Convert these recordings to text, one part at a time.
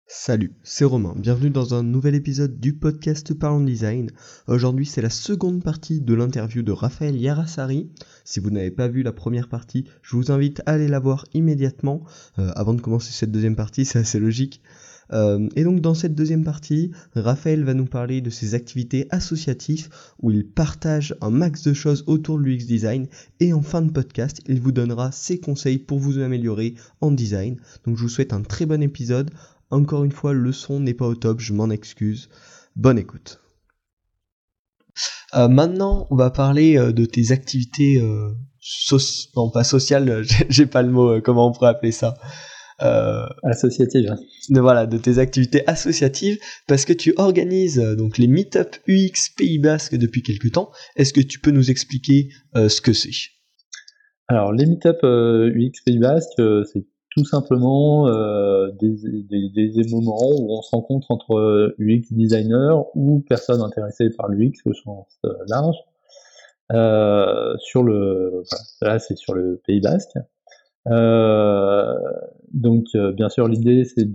Salut, c'est Romain, bienvenue dans un nouvel épisode du podcast Parlons Design. Aujourd'hui c'est la seconde partie de l'interview de Raphaël Yarassari. Si vous n'avez pas vu la première partie, je vous invite à aller la voir immédiatement, avant de commencer cette deuxième partie, c'est assez logique. Et donc dans cette deuxième partie, Raphaël va nous parler de ses activités associatives où il partage un max de choses autour de l'UX design et en fin de podcast, il vous donnera ses conseils pour vous améliorer en design. Donc je vous souhaite un très bon épisode. Encore une fois, le son n'est pas au top, je m'en excuse. Bonne écoute. Maintenant, on va parler de tes activités non pas sociales, j'ai pas le mot, comment on pourrait appeler ça Associative. de tes activités associatives, parce que tu organises donc les meet-up UX Pays Basque depuis quelques temps. Est-ce que tu peux nous expliquer ce que c'est ? Alors, les meet-up UX Pays Basque, c'est tout simplement des moments où on se rencontre entre UX designers ou personnes intéressées par l'UX au sens large. Là, c'est sur le Pays Basque. Donc, bien sûr, l'idée, c'est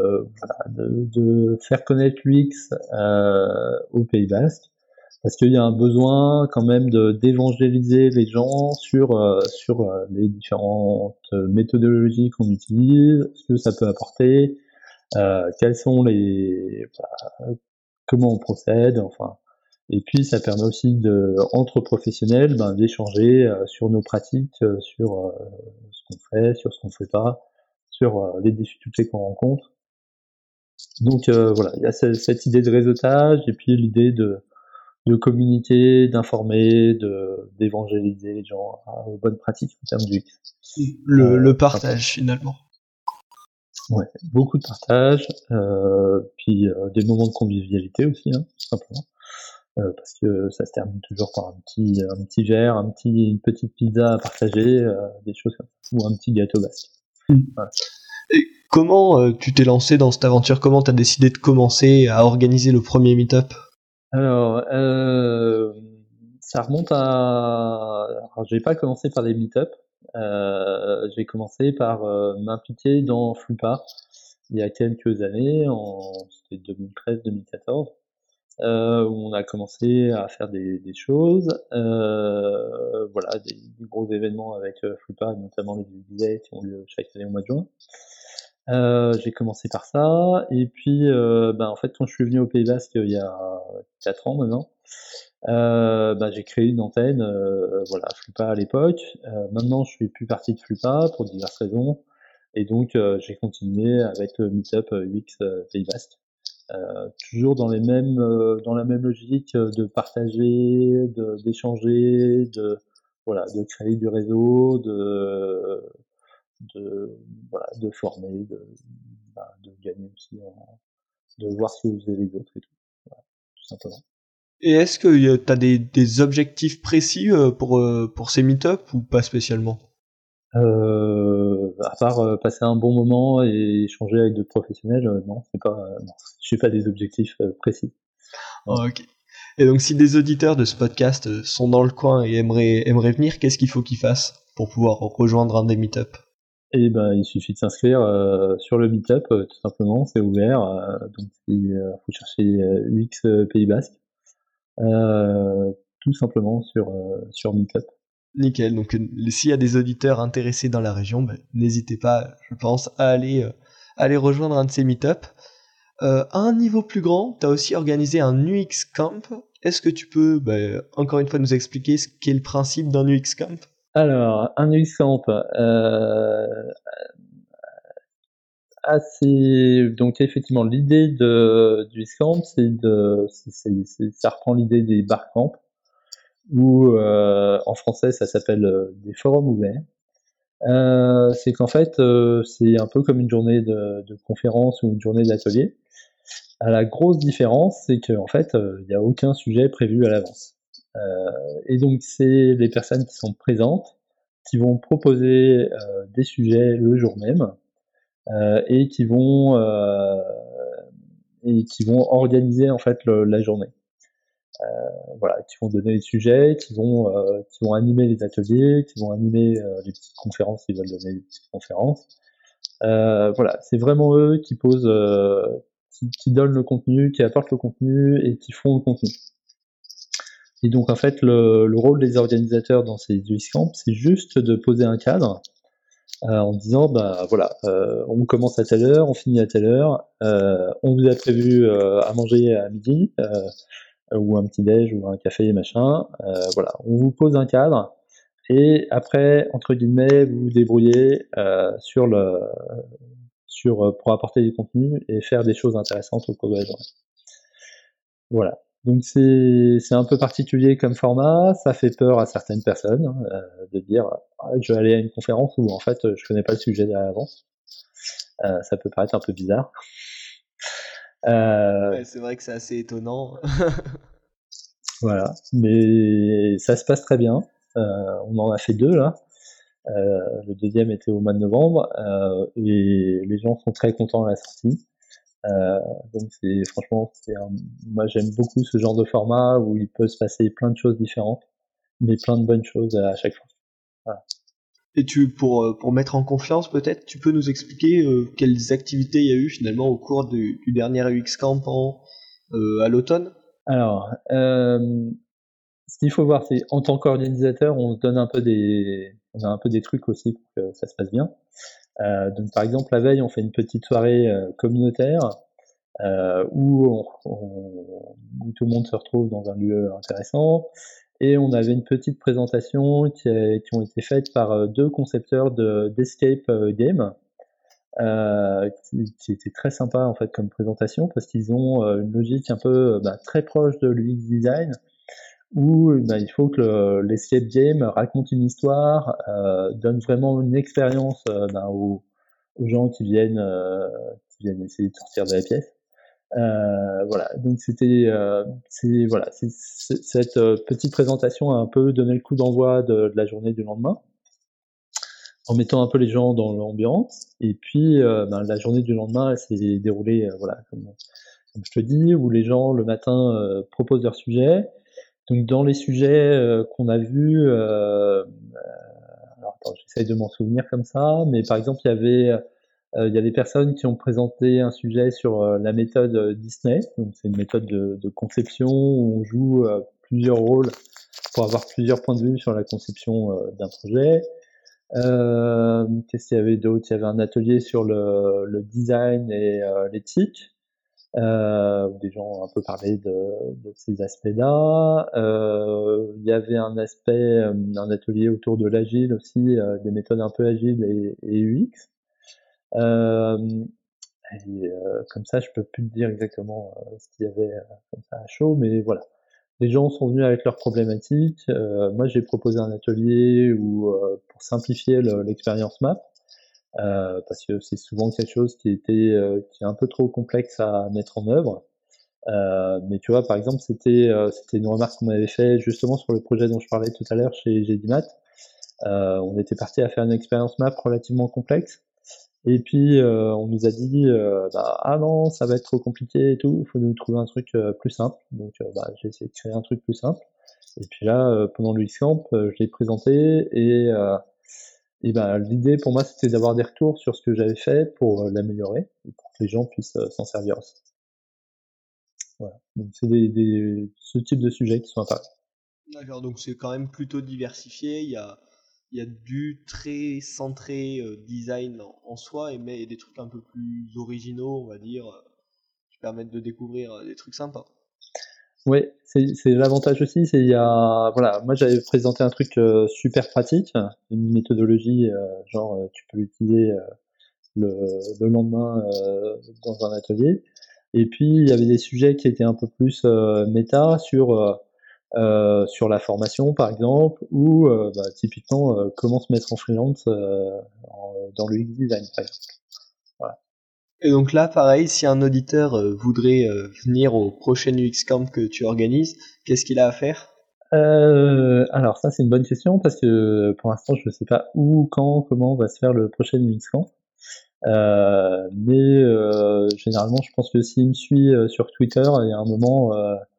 de faire connaître l'UX au Pays Basque, parce qu'il y a un besoin quand même d'évangéliser les gens sur les différentes méthodologies qu'on utilise, ce que ça peut apporter, quels sont comment on procède, enfin. Et puis ça permet aussi entre professionnels d'échanger sur nos pratiques, sur ce qu'on fait, sur ce qu'on fait pas, sur les difficultés qu'on rencontre. Donc voilà, il y a cette idée de réseautage et puis l'idée de communiquer, d'informer, d'évangéliser les gens aux bonnes pratiques en termes d'UX. Le partage finalement. Ouais, beaucoup de partage, puis des moments de convivialité aussi, tout simplement. Parce que ça se termine toujours par un petit verre, une petite pizza à partager, des choses comme ça, ou un petit gâteau basque. Voilà. Et comment tu t'es lancé dans cette aventure ? Comment t'as décidé de commencer à organiser le premier meet-up ? Alors, ça remonte à... Alors, j'ai pas commencé par des meet-up, j'ai commencé par m'impliquer dans Flupa il y a quelques années, c'était 2013-2014. Où on a commencé à faire des choses, voilà, des gros événements avec Flupa, notamment les Disney qui ont lieu chaque année au mois de juin. J'ai commencé par ça, et puis en fait quand je suis venu au Pays Basque il y a 4 ans maintenant, j'ai créé une antenne, voilà, Flupa à l'époque. Maintenant je fais plus partie de Flupa pour diverses raisons, et donc j'ai continué avec le Meetup UX Pays Basque. Toujours dans la même logique de partager, d'échanger, de créer du réseau, de former, de gagner aussi, de voir ce que faisaient les autres et tout, voilà, tout simplement. Et est-ce que t'as des objectifs précis pour ces meet-up ou pas spécialement ? À part passer un bon moment et échanger avec d'autres professionnels, non, je n'ai pas des objectifs précis. Ouais. Ok. Et donc si des auditeurs de ce podcast sont dans le coin et aimeraient venir, qu'est-ce qu'il faut qu'ils fassent pour pouvoir rejoindre un des meet-up ? Et il suffit de s'inscrire sur le Meetup, tout simplement, c'est ouvert. Donc il faut chercher UX Pays Basque, tout simplement sur Meetup. Nickel. Donc s'il y a des auditeurs intéressés dans la région, n'hésitez pas, je pense, à aller rejoindre un de ces meet-up. À un niveau plus grand, tu as aussi organisé un UX Camp. Est-ce que tu peux, encore une fois, nous expliquer ce qu'est le principe d'un UX Camp ? Alors, un UX Camp, donc effectivement, l'idée du UX Camp, ça reprend l'idée des barcamps, ou en français, ça s'appelle des forums ouverts. C'est qu'en fait, c'est un peu comme une journée de conférence ou une journée d'atelier. La grosse différence, c'est qu'en fait, il n'y a aucun sujet prévu à l'avance. Et donc, c'est les personnes qui sont présentes qui vont proposer des sujets le jour même, et qui vont organiser en fait la journée. Voilà, qui vont donner les sujets, qui vont animer les ateliers, qui vont animer les petites conférences s'ils veulent donner des petites conférences. Voilà, c'est vraiment eux qui posent, qui donnent le contenu, qui apportent le contenu et qui font le contenu. Et donc en fait, le rôle des organisateurs dans ces UX Camps, c'est juste de poser un cadre en disant bah voilà, on commence à telle heure, on finit à telle heure, on vous a prévu à manger à midi ou un petit déj ou un café machin, voilà, on vous pose un cadre et après entre guillemets vous vous débrouillez pour apporter du contenu et faire des choses intéressantes au cours de la journée. Voilà. Donc c'est un peu particulier comme format, ça fait peur à certaines personnes de dire ah, je vais aller à une conférence où en fait je connais pas le sujet à l'avance. Ça peut paraître un peu bizarre. Ouais, c'est vrai que c'est assez étonnant. Voilà, mais ça se passe très bien. On en a fait 2 là. Le deuxième était au mois de novembre et les gens sont très contents à la sortie. Donc franchement, moi j'aime beaucoup ce genre de format où il peut se passer plein de choses différentes, mais plein de bonnes choses à chaque fois. Voilà. Et pour mettre en confiance, peut-être, tu peux nous expliquer quelles activités il y a eu finalement au cours du dernier UX Camp à l'automne? Alors, ce qu'il faut voir, c'est en tant qu'organisateur, on a un peu des trucs aussi pour que ça se passe bien. Donc par exemple, la veille, on fait une petite soirée communautaire où tout le monde se retrouve dans un lieu intéressant. Et on avait une petite présentation qui ont été faites par 2 concepteurs d'escape game, qui était très sympa en fait comme présentation parce qu'ils ont une logique un peu très proche de l'UX design où il faut que l'escape game raconte une histoire, donne vraiment une expérience aux gens qui viennent essayer de sortir de la pièce. Voilà, donc cette petite présentation a un peu donné le coup d'envoi de la journée du lendemain, en mettant un peu les gens dans l'ambiance. Et puis la journée du lendemain, elle s'est déroulée voilà comme je te dis, où les gens le matin proposent leurs sujets. Donc dans les sujets qu'on a vus, alors attends, j'essaye de m'en souvenir comme ça, mais par exemple il y a des personnes qui ont présenté un sujet sur la méthode Disney. Donc c'est une méthode de conception où on joue plusieurs rôles pour avoir plusieurs points de vue sur la conception d'un projet. Qu'est-ce qu'il y avait d'autre? Il y avait un atelier sur le design et l'éthique, où des gens ont un peu parlé de ces aspects-là. Il y avait un atelier autour de l'agile aussi, des méthodes un peu agiles et UX. Euh, Comme ça, je peux plus te dire exactement ce qu'il y avait comme ça à chaud, mais voilà. Les gens sont venus avec leurs problématiques. Moi, j'ai proposé un atelier pour simplifier l'expérience map, parce que c'est souvent quelque chose qui est un peu trop complexe à mettre en œuvre. Mais tu vois, par exemple, c'était une remarque qu'on avait fait justement sur le projet dont je parlais tout à l'heure chez GDMAT. On était parti à faire une expérience map relativement complexe. Et puis on nous a dit ah non, ça va être trop compliqué et tout, il faut nous trouver un truc plus simple. Donc j'ai essayé de créer un truc plus simple. Et puis là, pendant le Camp, je l'ai présenté et l'idée pour moi c'était d'avoir des retours sur ce que j'avais fait pour l'améliorer et pour que les gens puissent s'en servir aussi. Voilà. Donc c'est ce type de sujets qui sont apparus. D'accord, donc c'est quand même plutôt diversifié. Il y a du très centré design en soi, mais des trucs un peu plus originaux, on va dire, qui permettent de découvrir des trucs sympas. Oui, c'est l'avantage aussi, voilà, moi j'avais présenté un truc super pratique, une méthodologie, tu peux l'utiliser le, le lendemain dans un atelier. Et puis il y avait des sujets qui étaient un peu plus méta sur la formation par exemple, ou typiquement comment se mettre en freelance dans le UX design par exemple. Voilà. Et donc là, pareil, si un auditeur voudrait venir au prochain UX Camp que tu organises, qu'est-ce qu'il a à faire? Alors ça c'est une bonne question parce que pour l'instant je ne sais pas où, quand, comment va se faire le prochain UX Camp. Mais généralement je pense que s'il me suit sur Twitter, il y a un moment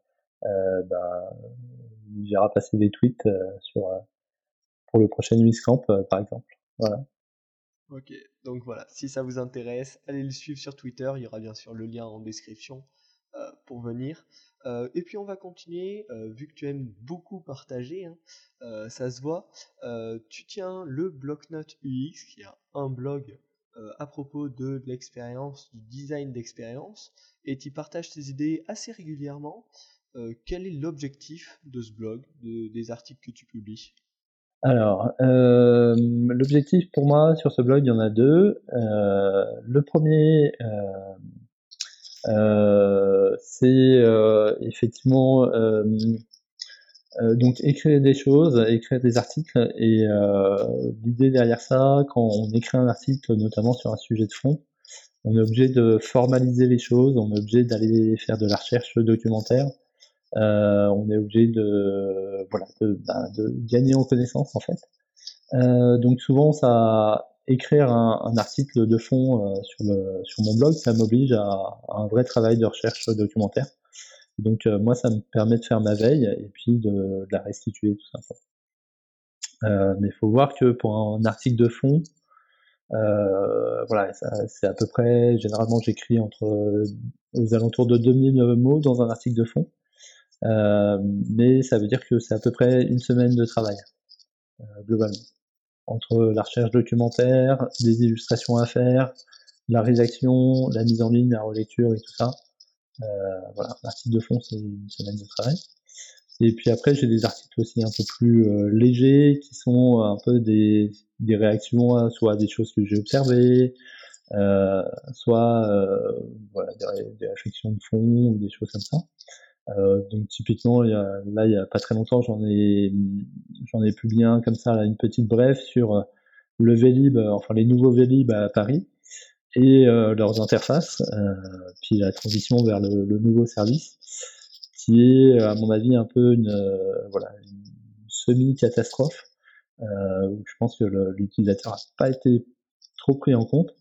il ira passer des tweets pour le prochain UX Camp par exemple. Voilà. Ok, donc voilà, si ça vous intéresse, allez le suivre sur Twitter, il y aura bien sûr le lien en description pour venir. Et puis on va continuer, vu que tu aimes beaucoup partager, hein, ça se voit, tu tiens le bloc-notes UX, qui est un blog à propos de l'expérience, du design d'expérience, et tu partages tes idées assez régulièrement. Quel est l'objectif de ce blog, des articles que tu publies? Alors, l'objectif pour moi sur ce blog, il y en a deux. Le premier, c'est effectivement donc écrire des choses, écrire des articles, et l'idée derrière ça, quand on écrit un article, notamment sur un sujet de fond, on est obligé de formaliser les choses, on est obligé d'aller faire de la recherche documentaire, on est obligé de voilà de gagner en connaissance en fait. Donc souvent, ça écrire un article de fond sur mon blog, ça m'oblige à un vrai travail de recherche documentaire. Donc moi, ça me permet de faire ma veille et puis de la restituer tout simplement. Mais il faut voir que pour un article de fond, voilà, c'est à peu près, généralement j'écris aux alentours de 2000 mots dans un article de fond, mais ça veut dire que c'est à peu près une semaine de travail globalement, entre la recherche documentaire, des illustrations à faire, la rédaction, la mise en ligne, la relecture et tout ça. Voilà, l'article de fond, c'est une semaine de travail. Et puis après, j'ai des articles aussi un peu plus légers, qui sont un peu des réactions soit à des choses que j'ai observées, soit voilà, des réflexions de fond ou des choses comme ça. Donc typiquement, il y a pas très longtemps, j'en ai publié un comme ça, là, une petite brève sur le Vélib, enfin les nouveaux Vélib à Paris et leurs interfaces, puis la transition vers le nouveau service, qui est à mon avis un peu voilà, une semi-catastrophe, où je pense que l'utilisateur n'a pas été trop pris en compte,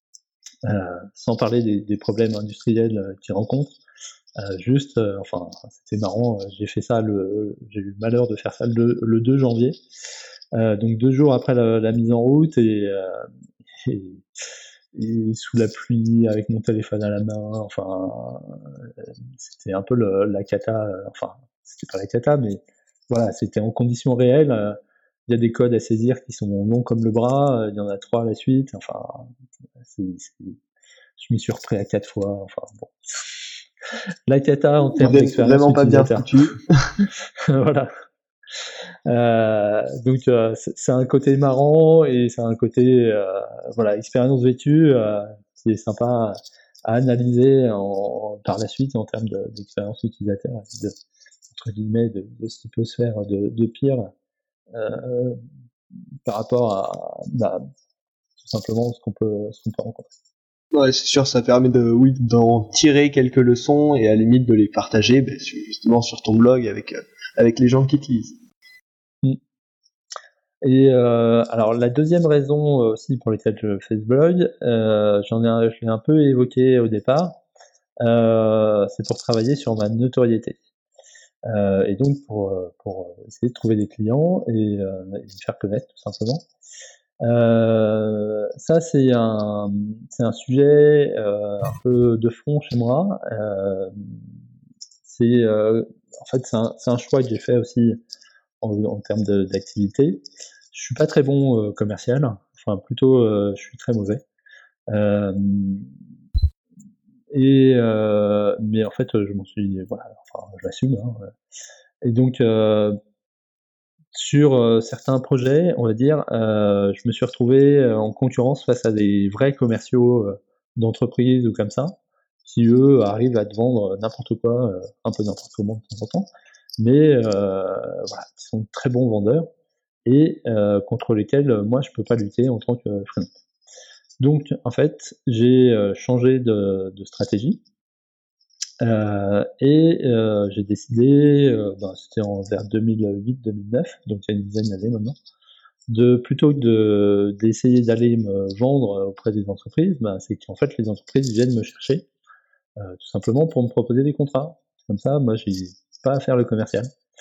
sans parler des problèmes industriels qu'il rencontre. Juste, enfin, c'était marrant, j'ai eu le malheur de faire ça le 2 janvier, donc 2 jours après la mise en route, et, et sous la pluie, avec mon téléphone à la main, enfin, c'était un peu la cata, enfin, c'était pas la cata, mais voilà, c'était en conditions réelles. Il y a des codes à saisir qui sont longs comme le bras, il y en a 3 à la suite, enfin, je m'y suis repris à 4 fois, enfin bon. La cata en termes d'expérience Vraiment pas bien utilisateur. foutu. Voilà. Donc c'est un côté marrant et c'est un côté voilà, expérience vécue qui est sympa à analyser par la suite en termes d'expérience utilisateur, entre guillemets, de ce qui peut se faire de pire euh, par rapport à tout simplement ce qu'on peut rencontrer. Ouais, c'est sûr, ça permet oui, d'en tirer quelques leçons et à la limite de les partager, justement sur ton blog avec les gens qui te lisent. Et alors la deuxième raison aussi pour laquelle je fais ce blog, je l'ai un peu évoqué au départ, c'est pour travailler sur ma notoriété. Et donc pour essayer de trouver des clients et me faire connaître tout simplement. Ça c'est un sujet un peu de fond chez moi. C'est en fait c'est un choix que j'ai fait aussi en termes d'activité. Je suis pas très bon commercial, enfin plutôt je suis très mauvais. Euh, mais en fait je m'en suis voilà, enfin je l'assume. Hein. Et donc sur certains projets, on va dire, je me suis retrouvé en concurrence face à des vrais commerciaux d'entreprise ou comme ça, qui eux arrivent à te vendre n'importe quoi, un peu n'importe comment de temps en temps, mais voilà, qui sont très bons vendeurs et contre lesquels moi je peux pas lutter en tant que freelance. Donc en fait j'ai changé de stratégie et j'ai décidé, c'était vers 2008-2009, donc il y a une dizaine d'années maintenant, plutôt que d'essayer d'aller me vendre auprès des entreprises, c'est qu'en fait les entreprises viennent me chercher tout simplement pour me proposer des contrats. Comme ça, moi j'ai pas à faire le commercial.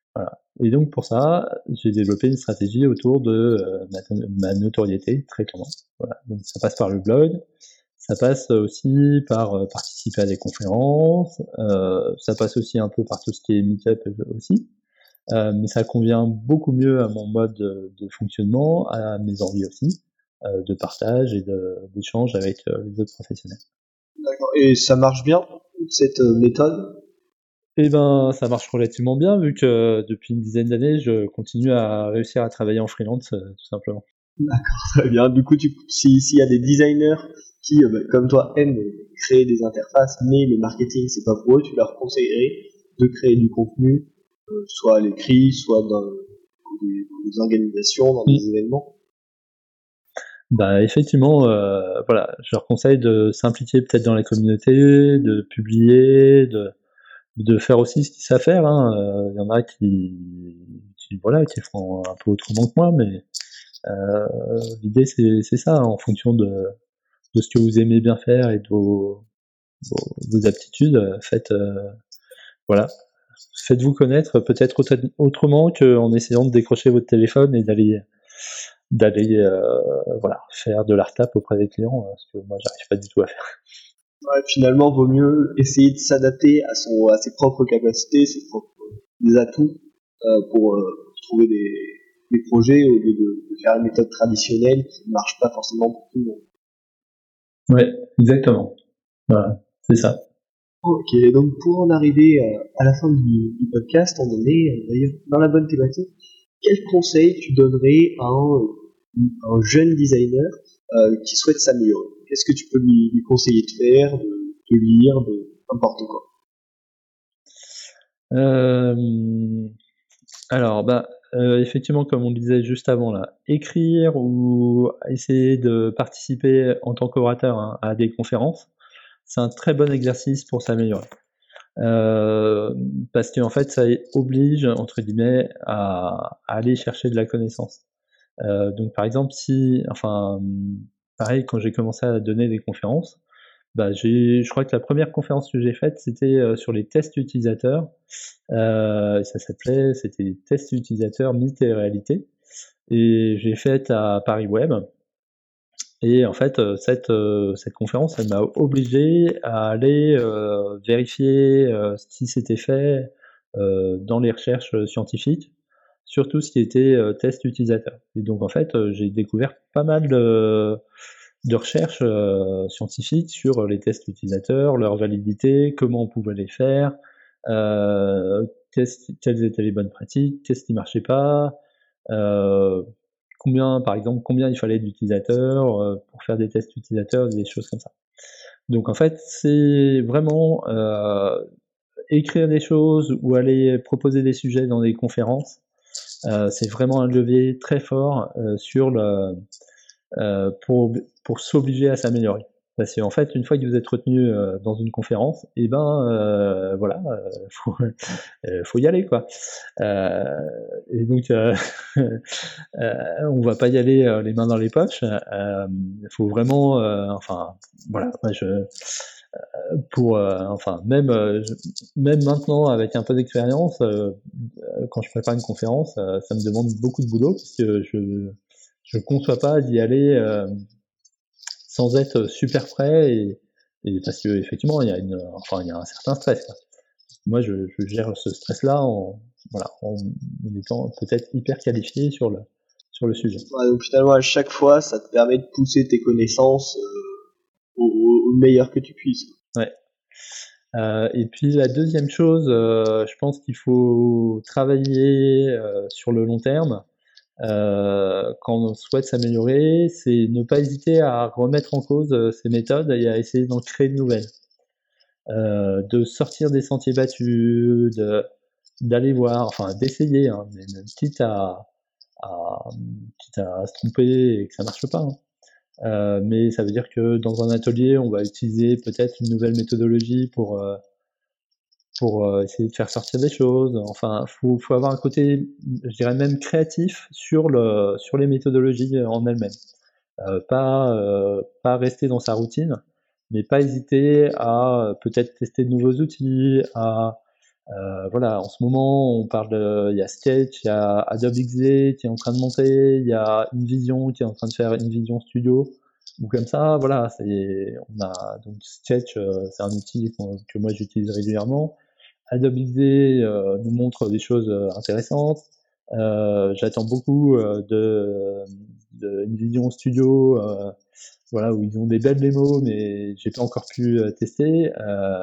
Voilà. Et donc pour ça, j'ai développé une stratégie autour de ma notoriété, très clairement. Voilà. Donc ça passe par le blog, ça passe aussi par participer à des conférences, ça passe aussi un peu par tout ce qui est meet-up aussi, mais ça convient beaucoup mieux à mon mode de fonctionnement, à mes envies aussi, de partage et d'échange avec les autres professionnels. D'accord. Et ça marche bien, cette méthode? Eh ben, ça marche relativement bien vu que depuis une dizaine d'années, je continue à réussir à travailler en freelance, tout simplement. D'accord, très bien. Du coup, s'il y a des designers qui, comme toi, aiment créer des interfaces, mais le marketing, c'est pas pour eux, tu leur conseillerais de créer du contenu, soit à l'écrit, soit dans des organisations, dans des événements. Bah effectivement, voilà, je leur conseille de s'impliquer peut-être dans la communauté, de publier, de faire aussi ce qu'ils savent faire. Il y en a voilà, qui font un peu autrement que moi, mais l'idée c'est ça, en fonction de ce que vous aimez bien faire et de vos aptitudes, voilà, faites-vous connaître peut-être autrement qu'en essayant de décrocher votre téléphone et d'aller voilà, faire de la retap auprès des clients, ce que moi j'arrive pas du tout à faire. Ouais, finalement, vaut mieux essayer de s'adapter à ses propres capacités, ses propres des atouts pour trouver des projets au lieu de faire une méthode traditionnelle qui ne marche pas forcément pour tout le monde. Ouais, exactement. Voilà, c'est ça. Ok, donc pour en arriver à la fin du podcast, on en est d'ailleurs dans la bonne thématique. Quel conseil tu donnerais à un jeune designer qui souhaite s'améliorer? Qu'est-ce que tu peux lui conseiller de faire, de lire, de n'importe quoi? Alors, bah, effectivement, comme on le disait juste avant là, écrire ou essayer de participer en tant qu'orateur, hein, à des conférences, c'est un très bon exercice pour s'améliorer. Parce qu'en fait, ça oblige, entre guillemets, à aller chercher de la connaissance. Donc par exemple, pareil, quand j'ai commencé à donner des conférences, bah, je crois que la première conférence que j'ai faite, c'était sur les tests utilisateurs. C'était les tests utilisateurs, mythes et réalité. Et j'ai fait à Paris Web. Et en fait, cette conférence, elle m'a obligé à aller vérifier ce qui s'était fait dans les recherches scientifiques, surtout ce qui était test utilisateur. Et donc en fait, j'ai découvert pas mal de recherches scientifiques sur les tests utilisateurs, leur validité, comment on pouvait les faire, quelles étaient les bonnes pratiques, qu'est-ce qui marchait pas, euh, par exemple, combien il fallait d'utilisateurs pour faire des tests utilisateurs, des choses comme ça. Donc en fait, c'est vraiment écrire des choses ou aller proposer des sujets dans des conférences. C'est vraiment un levier très fort pour s'obliger à s'améliorer. Parce qu'en fait, une fois que vous êtes retenu dans une conférence, et voilà, faut y aller quoi. Et donc, on va pas y aller les mains dans les poches. Il faut vraiment, voilà, moi même maintenant avec un peu d'expérience, quand je prépare une conférence, ça me demande beaucoup de boulot parce que je conçois pas d'y aller sans être super prêt et parce que effectivement il y a il y a un certain stress quoi. Moi je gère ce stress là en étant peut-être hyper qualifié sur le sujet. Ouais, donc finalement, à chaque fois, ça te permet de pousser tes connaissances au meilleur que tu puisses. Ouais. Et puis la deuxième chose, je pense qu'il faut travailler sur le long terme. Quand on souhaite s'améliorer, c'est ne pas hésiter à remettre en cause ces méthodes et à essayer d'en créer de nouvelles. De sortir des sentiers battus, d'aller voir, enfin d'essayer, hein, mais même à, quitte à se tromper et que ça marche pas. Hein. Mais ça veut dire que dans un atelier, on va utiliser peut-être une nouvelle méthodologie pour essayer de faire sortir des choses. Enfin, faut avoir un côté, je dirais même créatif sur les méthodologies en elles-mêmes. Pas rester dans sa routine, mais pas hésiter à peut-être tester de nouveaux outils, Voilà, en ce moment, il y a Sketch, il y a Adobe XD qui est en train de monter, il y a InVision qui est en train de faire InVision Studio. Donc comme ça, voilà, on a donc Sketch, c'est un outil que moi j'utilise régulièrement. Adobe XD nous montre des choses intéressantes. J'attends beaucoup de InVision Studio, voilà, où ils ont des belles démos, mais j'ai pas encore pu tester.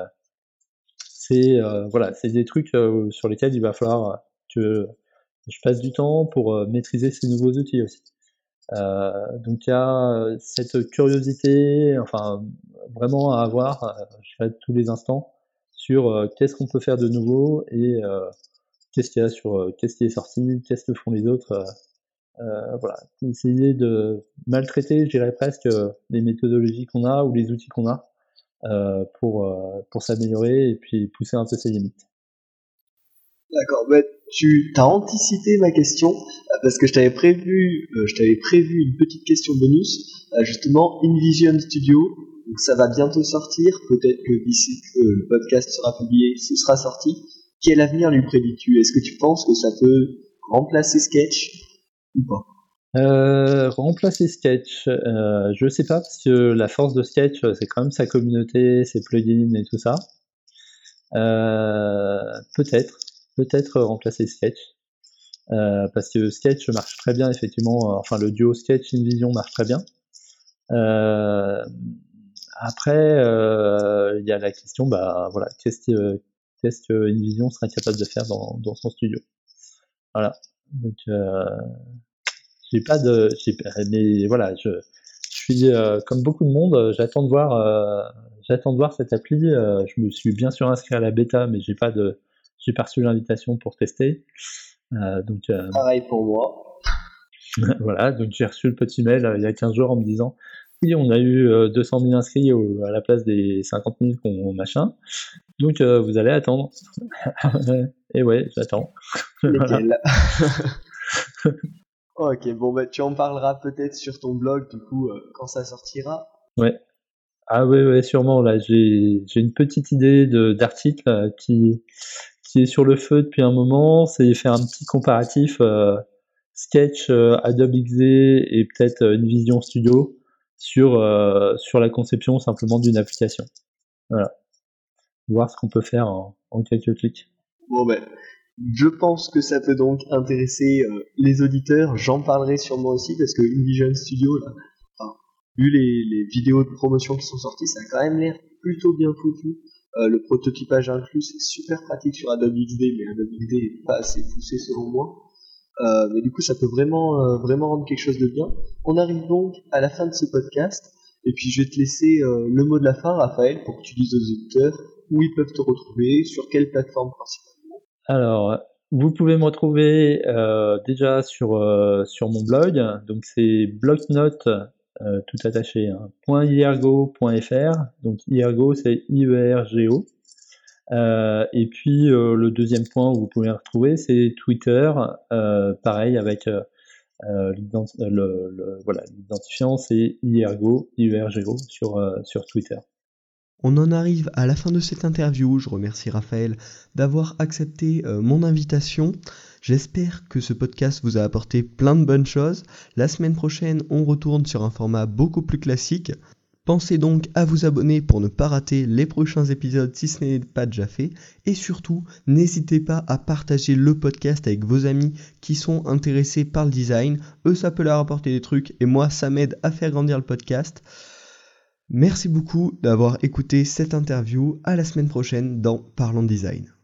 Voilà, c'est des trucs sur lesquels il va falloir que je passe du temps pour maîtriser ces nouveaux outils aussi. Donc il y a cette curiosité, enfin vraiment à avoir, je dirais, tous les instants sur qu'est-ce qu'on peut faire de nouveau et qu'est-ce qu'il y a qu'est-ce qui est sorti, qu'est-ce que font les autres. Voilà, essayer de maltraiter, je dirais presque, les méthodologies qu'on a ou les outils qu'on a pour s'améliorer et puis pousser un peu ses limites. D'accord, bah, tu as anticipé ma question parce que je t'avais prévu une petite question bonus, justement InVision Studio. Donc ça va bientôt sortir, peut-être que d'ici que le podcast sera publié, ce sera sorti. Quel avenir lui prédis-tu? Est-ce que tu penses que ça peut remplacer Sketch ou pas? Remplacer Sketch, je sais pas, parce que la force de Sketch, c'est quand même sa communauté, ses plugins et tout ça. Peut-être remplacer Sketch, parce que Sketch marche très bien, effectivement, enfin le duo Sketch InVision marche très bien. Après, il y a la question, bah voilà, qu'est-ce que InVision sera capable de faire dans son studio. Voilà. Donc mais voilà, je suis comme beaucoup de monde, j'attends de voir cette appli. Je me suis bien sûr inscrit à la bêta, mais j'ai pas reçu l'invitation pour tester. Donc Pareil pour moi. voilà, donc j'ai reçu le petit mail il y a 15 jours en me disant oui, on a eu 200 000 inscrits à la place des 50 000 qu'on machin, donc vous allez attendre. Et ouais, j'attends. Lesquels? Ok, bon bah tu en parleras peut-être sur ton blog du coup quand ça sortira. Ouais. Ah ouais, sûrement. Là, j'ai une petite idée d'article qui est sur le feu depuis un moment. C'est faire un petit comparatif Sketch, Adobe XD et peut-être InVision Studio sur la conception simplement d'une application. Voilà. Voir ce qu'on peut faire en quelques clics. Bon ben, je pense que ça peut donc intéresser les auditeurs. J'en parlerai sûrement aussi parce que InVision Studio, là, enfin, vu les vidéos de promotion qui sont sorties, ça a quand même l'air plutôt bien foutu. Le prototypage inclus, c'est super pratique sur Adobe XD, mais Adobe XD est pas assez poussé selon moi. Mais du coup, ça peut vraiment rendre quelque chose de bien. On arrive donc à la fin de ce podcast. Et puis, je vais te laisser le mot de la fin, Raphaël, pour que tu dises aux auditeurs où ils peuvent te retrouver, sur quelle plateforme principalement. Alors, vous pouvez me retrouver déjà sur mon blog. Donc, c'est blocknote tout attaché, hein, .iergo.fr. Donc, iergo, c'est IERGO. Et puis le deuxième point où vous pouvez me retrouver, c'est Twitter, pareil avec l'identifiant, c'est IERGO sur Twitter. On en arrive à la fin de cette interview. Je remercie Raphaël d'avoir accepté mon invitation. J'espère que ce podcast vous a apporté plein de bonnes choses. La semaine prochaine, on retourne sur un format beaucoup plus classique. Pensez donc à vous abonner pour ne pas rater les prochains épisodes si ce n'est pas déjà fait. Et surtout, n'hésitez pas à partager le podcast avec vos amis qui sont intéressés par le design. Eux, ça peut leur apporter des trucs et moi, ça m'aide à faire grandir le podcast. Merci beaucoup d'avoir écouté cette interview. À la semaine prochaine dans Parlons Design.